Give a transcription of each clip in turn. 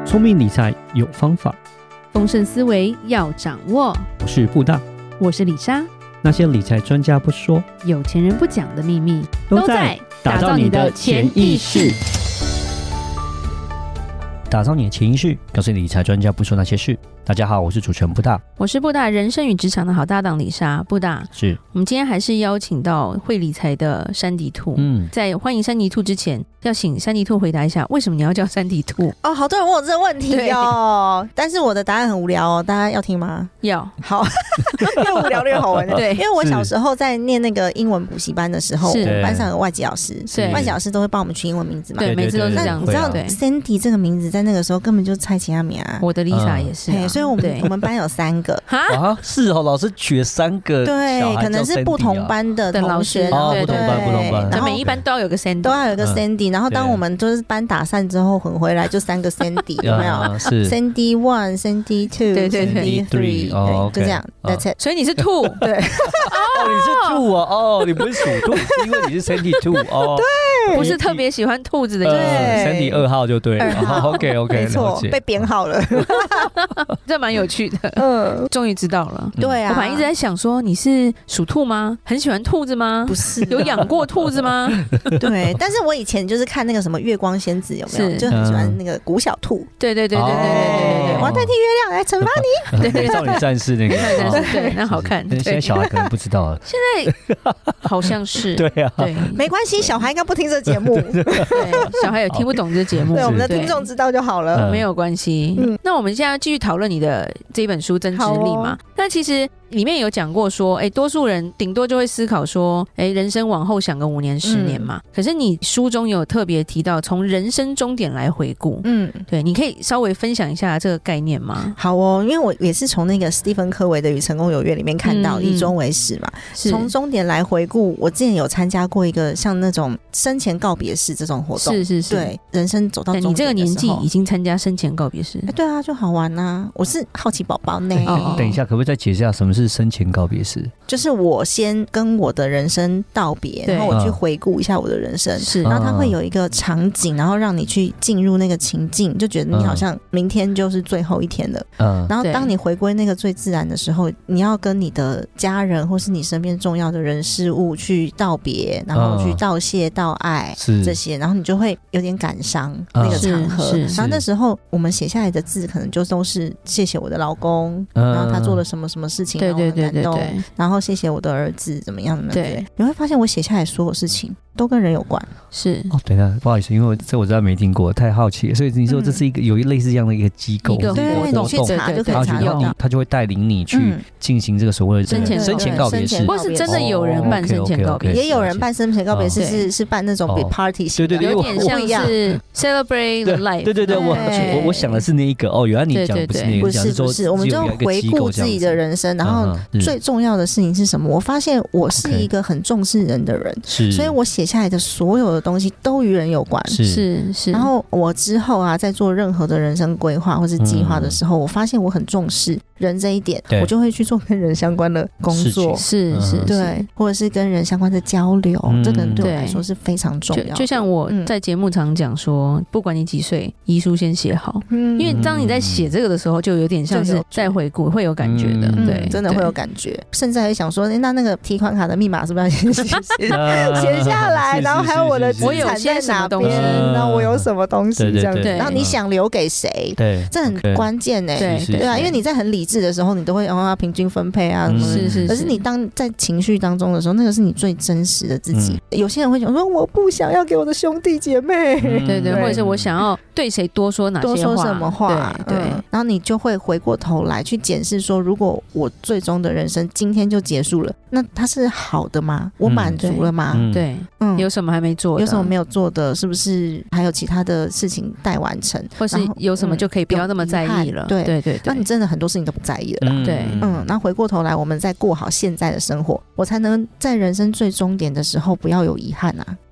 聪明理财有方法， 丰盛思维要掌握。 我是布大， 我是李莎。 那些理财专家不说， 有钱人不讲的秘密， 都在打造你的潜意识。打造你的潜意识，告诉理财专家不说那些事。大家好，我是主持人布大， 我是布大人生与职场的好搭档李莎。布大， 是我们今天还是邀请到会理财的山迪兔。在欢迎山迪兔之前，要请山迪兔回答一下，为什么你要叫山迪兔？ 哦，好多人问我这个问题哦，但是我的答案很无聊哦，大家要听吗？ 要。 好，越无聊越好玩的。 对， 因为我小时候在念那个英文补习班的时候，我们班上有外籍老师，外籍老师都会帮我们取英文名字嘛。 对，每次都是这样。 你知道 Sandy 这个名字在那个时候根本就猜其他名啊。 我的 Lisa 也是， 所以我们班有3个。 啊，是哦，老师取了3个， 对，可能是不同班的同学， 不同班， 然后每一班都要有个 Sandy， 都要有个 Sandy。然后当我们就是班打散之后混回来，就3个 Sandy， 有没有？ 是 Sandy 1、Sandy 2、Sandy 3，就这样。That's it。 所以你是兔， 对。 哦，你是兔哦，你不是属兔，是因为你是 Sandy 2哦。 对， 不是特别喜欢兔子的， 对 ，Sandy 2号就对了。OK， 没错，被编好了， 这蛮有趣的。终于知道了。 对啊， 我本来一直在想说，你是属兔吗？很喜欢兔子吗？ 不是， 有养过兔子吗？ 对，但是我以前就是看那个什么月光仙子，有没有？就很喜欢那个古小兔。 对，我要代替月亮来惩罚你。 对，少女战士那个， 对，那好看。 现在小孩可能不知道了。 现在好像是。 对啊， 对，没关系，小孩应该不听这节目。 对，小孩也听不懂这节目。 对，我们的听众知道就好了， 没有关系。那我们现在继续讨论你的这一本书《增值力》嘛？那其实里面有讲过说，多数人顶多就会思考说，人生往后想个5年10年嘛。可是你书中有特别提到从人生终点来回顾，对，你可以稍微分享一下这个概念吗？ 好哦，因为我也是从那个史蒂芬·科维的《与成功有约》里面看到以终为始嘛，从终点来回顾。我之前有参加过一个像那种生前告别式这种活动，是，对，人生走到终点的时候， 你这个年纪已经参加生前告别式， 对啊，就好玩啊。我是好奇宝宝呢。 等一下，可不可以再解释一下什么是生前告别式？ 就是我先跟我的人生道别，然后我去回顾一下我的人生，然后它会有一个场景，然后让你去进入那个情境，就觉得你好像明天就是最后一天了。然后当你回归那个最自然的时候，你要跟你的家人或是你身边重要的人事物去道别，然后去道谢道爱这些，然后你就会有点感伤那个场合。然后那时候我们写下来的字可能就都是谢谢我的老公，然后他做了什么什么事情，然后我很感动，然后谢谢我的儿子怎么样的。对，你会发现我写下来所有事情都跟人有关。 是哦，等一下，不好意思，因为这我真的没听过，太好奇了。所以你说这是一个有类似这样的一个机构， 对，你去查就可以查到， 他就会带领你去进行这个所谓的生前告别式，或是真的有人办生前告别式， 也有人办生前告别式是办那种比 party 型的， 有点像是 celebrate the life。 对，我想的是那一个哦，原来你讲不是那个， 不是，我们就回顾自己的人生，然后最重要的事情是什么？我发现我是一个很重视人的人，所以我写下来的所有的东西都与人有关。 是。 然后我之后啊，在做任何的人生规划或是计划的时候，我发现我很重视人这一点，我就会去做跟人相关的工作， 是， 对，或者是跟人相关的交流，这个对我来说是非常重要的。 就像我在节目常讲说，不管你几岁，遗书先写好，因为当你在写这个的时候，就有点像是在回顾，会有感觉的，对， 真的会有感觉，甚至还会想说，那个提款卡的密码是不是要先写下来，然后还有我的资产在哪边，然后我有什么东西这样子，然后你想留给谁，对，这很关键呢，对啊，因为你在很理智的时候，你都会平均分配啊，是，可是你当在情绪当中的时候，那个是你最真实的自己。有些人会讲说，我不想要给我的兄弟姐妹， 对，或者是我想要对谁多说哪些话， 多说什么话，对，然后你就会回过头来去检视说，如果我最终的人生今天就结束了，那它是好的吗？我满足了吗？ 对，有什么还没做的？ 有什么没有做的？是不是还有其他的事情待完成？ 或是有什么就可以不要那么在意了？对， 那你真的很多事情都不在意了啦。 对， 那回过头来，我们再过好现在的生活，我才能在人生最终点的时候不要有遗憾啊。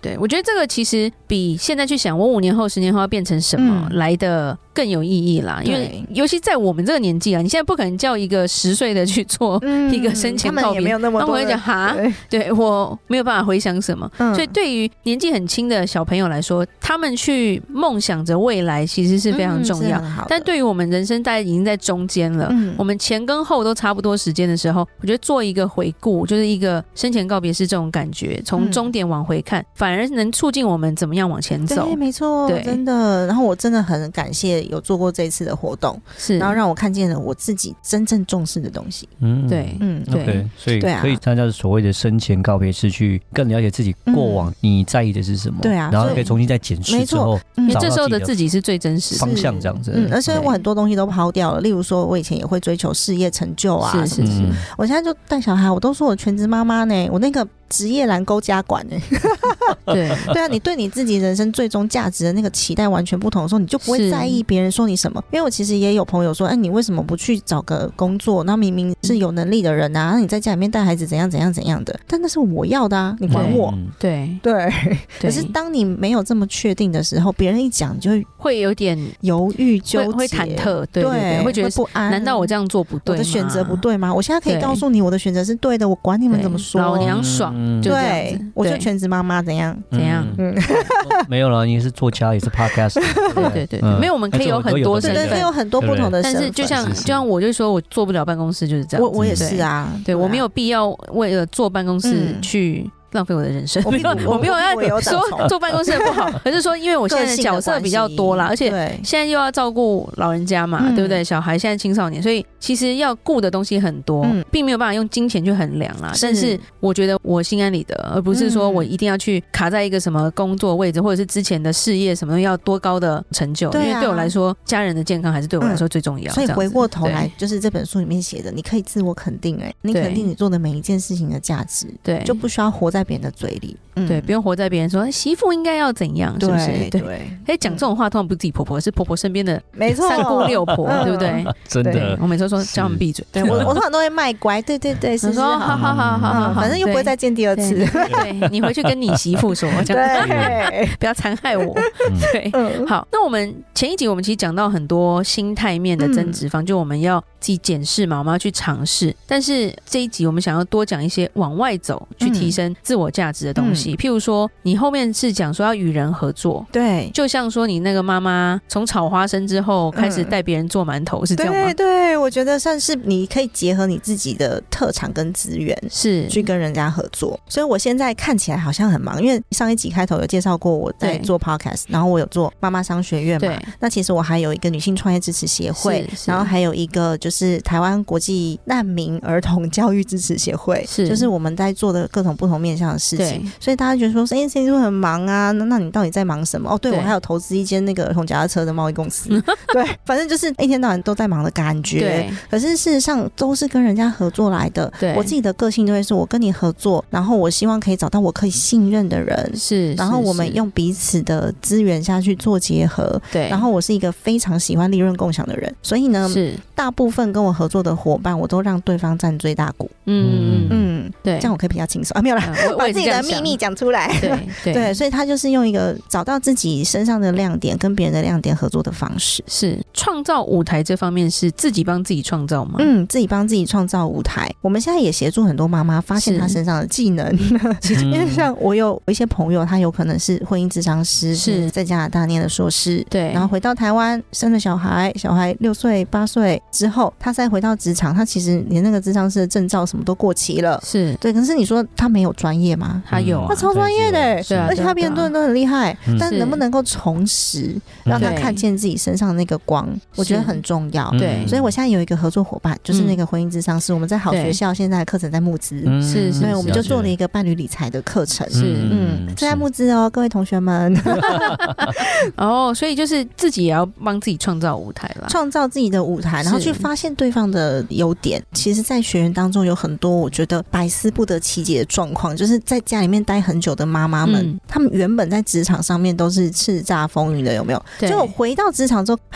对，我觉得这个其实比现在去想我5年后10年后要变成什么来的更有意义啦，因为尤其在我们这个年纪啊，你现在不可能叫一个10岁的去做一个生前告别， 他们也没有那么多， 他们会讲哈，对我没有办法回想什么，所以对于年纪很轻的小朋友来说，他们去梦想着未来其实是非常重要，但对于我们人生大概已经在中间了，我们前跟后都差不多时间的时候，我觉得做一个回顾，就是一个生前告别式这种感觉，从终点往回看，反而能促进我们怎么样往前走。 对，没错，对，真的。然后我真的很感谢有做过这一次的活动，是，然后让我看见了我自己真正重视的东西。 对， 对，所以可以参加所谓的生前告别式，去更了解自己过往你在意的是什么，对啊，然后可以重新再检视之后， 因为这时候的自己是最真实的方向，这样子。 而且我很多东西都抛掉了，例如说我以前也会追求事业成就啊，是，我现在就带小孩，我都说我全职妈妈呢，我那个职业栏勾加管呢。对啊，你对你自己人生最终价值的那个期待完全不同的时候，你就不会在意别人说你什么。因为我其实也有朋友说，你为什么不去找个工作？那明明是有能力的人啊，那你在家里面带孩子怎样怎样怎样的，但那是我要的啊，你管我？对。可是当你没有这么确定的时候，别人一讲就会有点犹豫纠结， 会忐忑，对，会觉得不安。 难道我这样做不对吗？ 我的选择不对吗？我现在可以告诉你，我的选择是对的，我管你们怎么说， 老娘爽，就这样子。 我就全职妈妈，怎样？ 没有了，你是作家，也是 podcast， 对，没有，我们可以有很多身份， 可以有很多不同的身份。 但是就像我就说我做不了办公室，就是这样。 我也是啊， 对，我没有必要为了坐办公室去浪费我的人生。我没有要说坐办公室不好，可是说因为我现在的角色比较多啦，而且现在又要照顾老人家嘛，对不对？小孩现在青少年，所以其实要顾的东西很多，并没有办法用金钱去衡量啦。但是我觉得我心安理得，而不是说我一定要去卡在一个什么工作位置，或者是之前的事业什么要多高的成就。因为对我来说，家人的健康还是对我来说最重要。 所以回过头来，就是这本书里面写的，你可以自我肯定，你肯定你做的每一件事情的价值，对，就不需要活在别人的嘴里。 对，不用活在别人说媳妇应该要怎样，是不是？对，讲这种话通常不是自己婆婆，是婆婆身边的三姑六婆，对不对？ 真的， 我每次都说叫他们闭嘴。 对，我通常都会卖乖，对，是说好，反正又不会再见第二次。 对，你回去跟你媳妇说，这样不要残害我。对，好，那我们前一集我们其实讲到很多心态面的增值方，就我们要自己检视嘛，我们要去尝试。但是这一集我们想要多讲一些往外走，去提升自我价值的东西。譬如说，你后面是讲说要与人合作，对，就像说你那个妈妈从炒花生之后开始带别人做馒头，是这样吗？ 对，我觉得算是你可以结合你自己的特长跟资源，是去跟人家合作。所以我现在看起来好像很忙，因为上一集开头有介绍过我在做 podcast， 然后我有做妈妈商学院嘛，那其实我还有一个女性创业支持协会，然后还有一个就是台湾国际难民儿童教育支持协会，就是我们在做的各种不同面向的事情。所以大家觉得说是不是很忙啊？那你到底在忙什么？对，我还有投资一间那个儿童脚踏车的贸易公司。对，反正就是一天到晚都在忙的感觉。对，可是事实上都是跟人家合作来的。对，我自己的个性就会是我跟你合作，然后我希望可以找到我可以信任的人，然后我们用彼此的资源下去做结合。对，然后我是一个非常喜欢利润共享的人，所以呢，大部分跟我合作的伙伴，我都让对方占最大股。对，这样我可以比较轻松啊，没有啦，把自己的秘密讲出来。对，所以他就是用一个找到自己身上的亮点跟别人的亮点合作的方式。 是创造舞台这方面是自己帮自己创造吗？ 自己帮自己创造舞台。我们现在也协助很多妈妈发现她身上的技能，因为像我有一些朋友，他有可能是婚姻咨商师，是在加拿大念的硕士，对，然后回到台湾生了小孩6岁8岁之后，他再回到职场，他其实连那个咨商师的证照什么都过期了，是对。可是你说他没有专业吗？他有，他超专业的，而且他比很多人都很厉害，但能不能够重拾让他看见自己身上的那个光，我觉得很重要。对，所以我现在有一个合作伙伴，就是那个婚姻咨商师，我们在好学校现在的课程在募资，所以我们就做了一个伴侣理财的课程，正在募资哦，各位同学们。 所以就是自己也要帮自己创造舞台啦， 创造自己的舞台，然后去发现对方的优点。其实在学员当中有很多我觉得百思不得其解的状况，就是在家里面待很久的妈妈们，他们原本在职场上面都是叱咤风云的，有没有？结果回到职场之后，他跟我讲说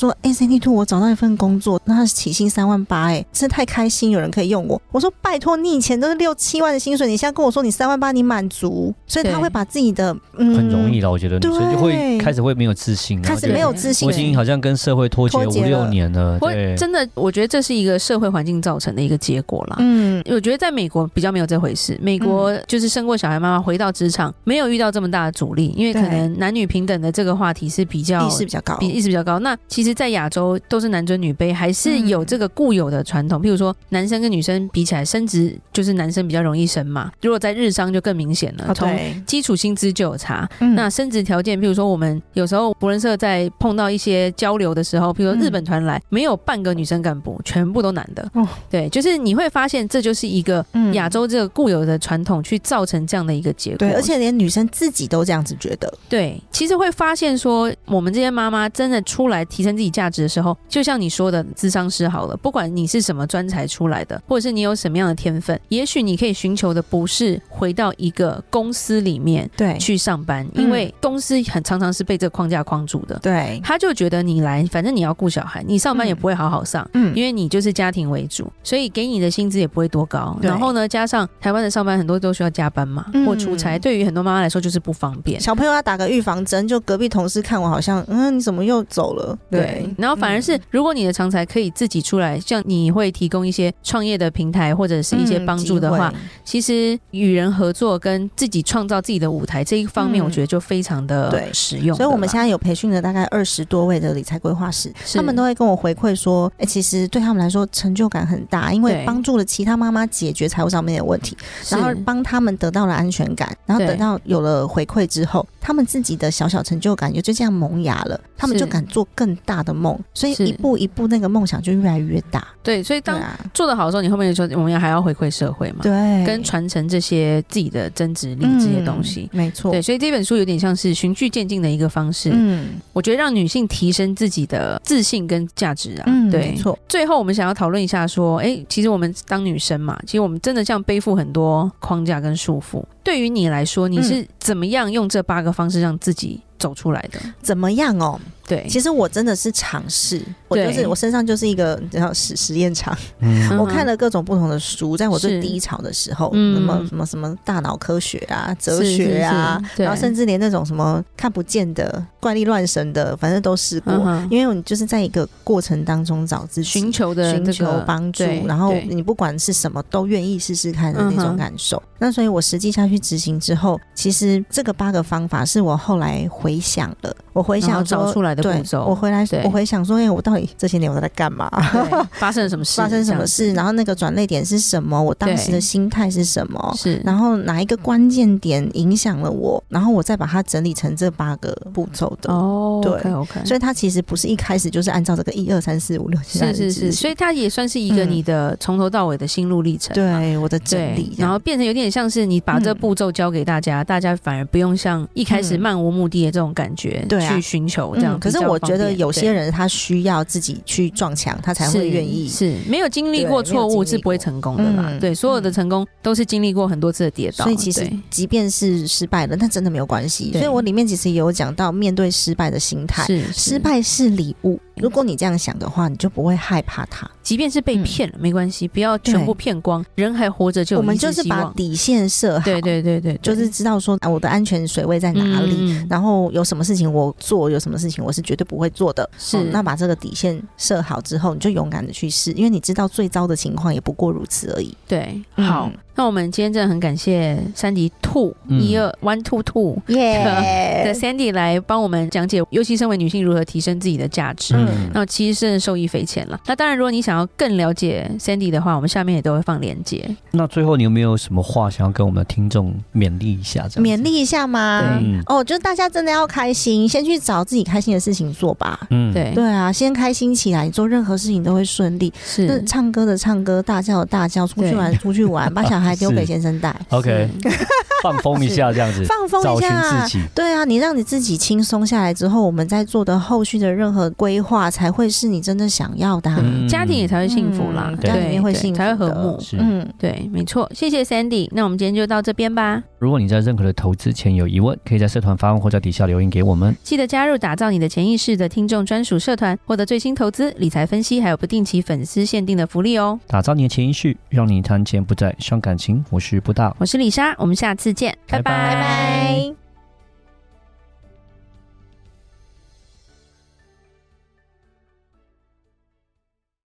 说，Sandy2 我找到一份工作，那他起薪38000，真的太开心，有人可以用我。我说拜托，你以前都是6、7万的薪水，你现在跟我说你38000你满足，所以他会把自己的很容易了，我觉得女生就会开始会没有自信， 开始没有自信， 我已经好像跟社会脱节5、6年了。 对，真的，我觉得这是一个社会环境造成的一个结果啦。我觉得在美国比较没有这回事，美国就是生过小孩妈妈回到职场没有遇到这么大的阻力，因为可能男女平等的这个话题是比较意识比较高。 那其实在亚洲都是男尊女卑，还是有这个固有的传统，譬如说男生跟女生比起来，生殖就是男生比较容易生嘛，如果在日商就更明显了，从基础薪资就有差。那生殖条件，譬如说我们有时候博人社在碰到一些交流的时候，譬如说日本团来，没有半个女生干部，全部都男的。对，就是你会发现这就是一个亚洲这个固有的传统去造成这样的一个结果。 对，而且连女生自己都这样子觉得。 对，其实会发现说我们这些妈妈真的出来提升自己价值的时候，就像你说的咨商师好了，不管你是什么专才出来的，或者是你有什么样的天分，也许你可以寻求的不是回到一个公司里面去上班，因为公司很常常是被这个框架框住的。 对， 他就觉得你来反正你要顾小孩，你上班也不会好好上，因为你就是家庭为主，所以给你的薪资也不会多高。然后呢，加上台湾的上班很多都需要加班嘛，或出差，对于很多妈妈来说就是不方便。 小朋友要打个预防针，就隔壁同事看我好像你怎么又走了？ 对，然后反而是如果你的长才可以自己出来，像你会提供一些创业的平台或者是一些帮助的话，其实与人合作跟自己创造自己的舞台这一方面，我觉得就非常的实用。 所以我们现在有培训了大概20多位的理财规划师，他们都会跟我回馈说，其实对他们来说成就感很大，因为帮助了其他妈妈解决财务上面的问题，然后帮他们得到了安全感，然后等到有了回馈之后，他们自己的小小成就感也就这样萌芽了，他们就敢做更大的梦，所以一步一步那个梦想就越来越大。 对，所以当做得好的时候，你后面就说我们还要回馈社会嘛， 对， 跟传承这些自己的增值力这些东西， 没错。 对，所以这本书有点像是循序渐进的一个方式。我觉得让女性提升自己的自信跟价值啊，对， 没错。 最后我们想要讨论一下说，其实我们当女生嘛，其实我们真的像背负很多框架跟束缚。对于你来说，你是怎么样用这8个方式让自己走出来的？ 怎么样哦？ 对， 其实我真的是尝试，我身上就是一个实验场。我看了各种不同的书，在我最低潮的时候，什么大脑科学啊、哲学啊，然后甚至连那种什么看不见的怪力乱神的，反正都试过。因为你就是在一个过程当中找自己寻求帮助，然后你不管是什么都愿意试试看的那种感受。那所以我实际下去执行之后，其实这个8个方法是我后来回想了，我回想找出来的步骤。 我回想说，我到底这些年我在干嘛？ 发生了什么事？ 然后那个转捩点是什么？我当时的心态是什么？然后哪一个关键点影响了我？然后我再把它整理成这8个步骤的。对 ，OK。 所以它其实不是一开始就是按照这个1、2、3、4、5、6、7、8 是，所以它也算是一个你的从头到尾的心路历程。 对，我的整理， 然后变成有点像是你把这步骤交给大家，大家反而不用像一开始漫无目的的这种感觉去寻求这样。 可是我觉得有些人他需要自己去撞墙，他才会愿意。 是没有经历过错误是不会成功的啦。对，所有的成功都是经历过很多次的跌倒。 所以其实即便是失败了，那真的没有关系。所以我里面其实也有讲到面对失败的心态，失败是礼物。如果你这样想的话，你就不会害怕它。 即便是被骗了，没关系，不要全部骗光，人还活着就有一丝希望。 我们就是把底线设好， 对， 就是知道说我的安全水位在哪里，然后有什么事情我做，有什么事情我是绝对不会做的。那把这个底线设好之后，你就勇敢的去试，因为你知道最糟的情况也不过如此而已。 对，好。那我们今天真的很感谢Sandy 122的 Sandy 来帮我们讲解，尤其身为女性如何提升自己的价值。那其实真的受益匪浅了。那当然，如果你想要更了解 Sandy 的话，我们下面也都会放连结。 那最后你有没有什么话想要跟我们的听众勉励一下？ 勉励一下吗？就大家真的要开心，先去找自己开心的事情做吧。对啊，先开心起来，你做任何事情都会顺利。是唱歌的唱歌，大叫的大叫，出去玩出去玩，把小孩丢给先生带。 OK， 放风一下这样子， 放风一下，找寻自己。对啊，你让你自己轻松下来之后，我们在做的后续的任何规划才会是你真的想要的。 家庭也才会幸福啦， 家里面会幸福， 才会和睦。对，没错。谢谢 Sandy， 那我们今天就到这边吧。 如果你在任何的投资前有疑问，可以在社团发问或在底下留言给我们。 记得加入打造你的潜意识的听众专属社团，获得最新投资理财分析，还有不定期粉丝限定的福利哦。 打造你的潜意识，让你谈钱不再伤感情。我是布大， 我是李莎，我们下次见，拜拜。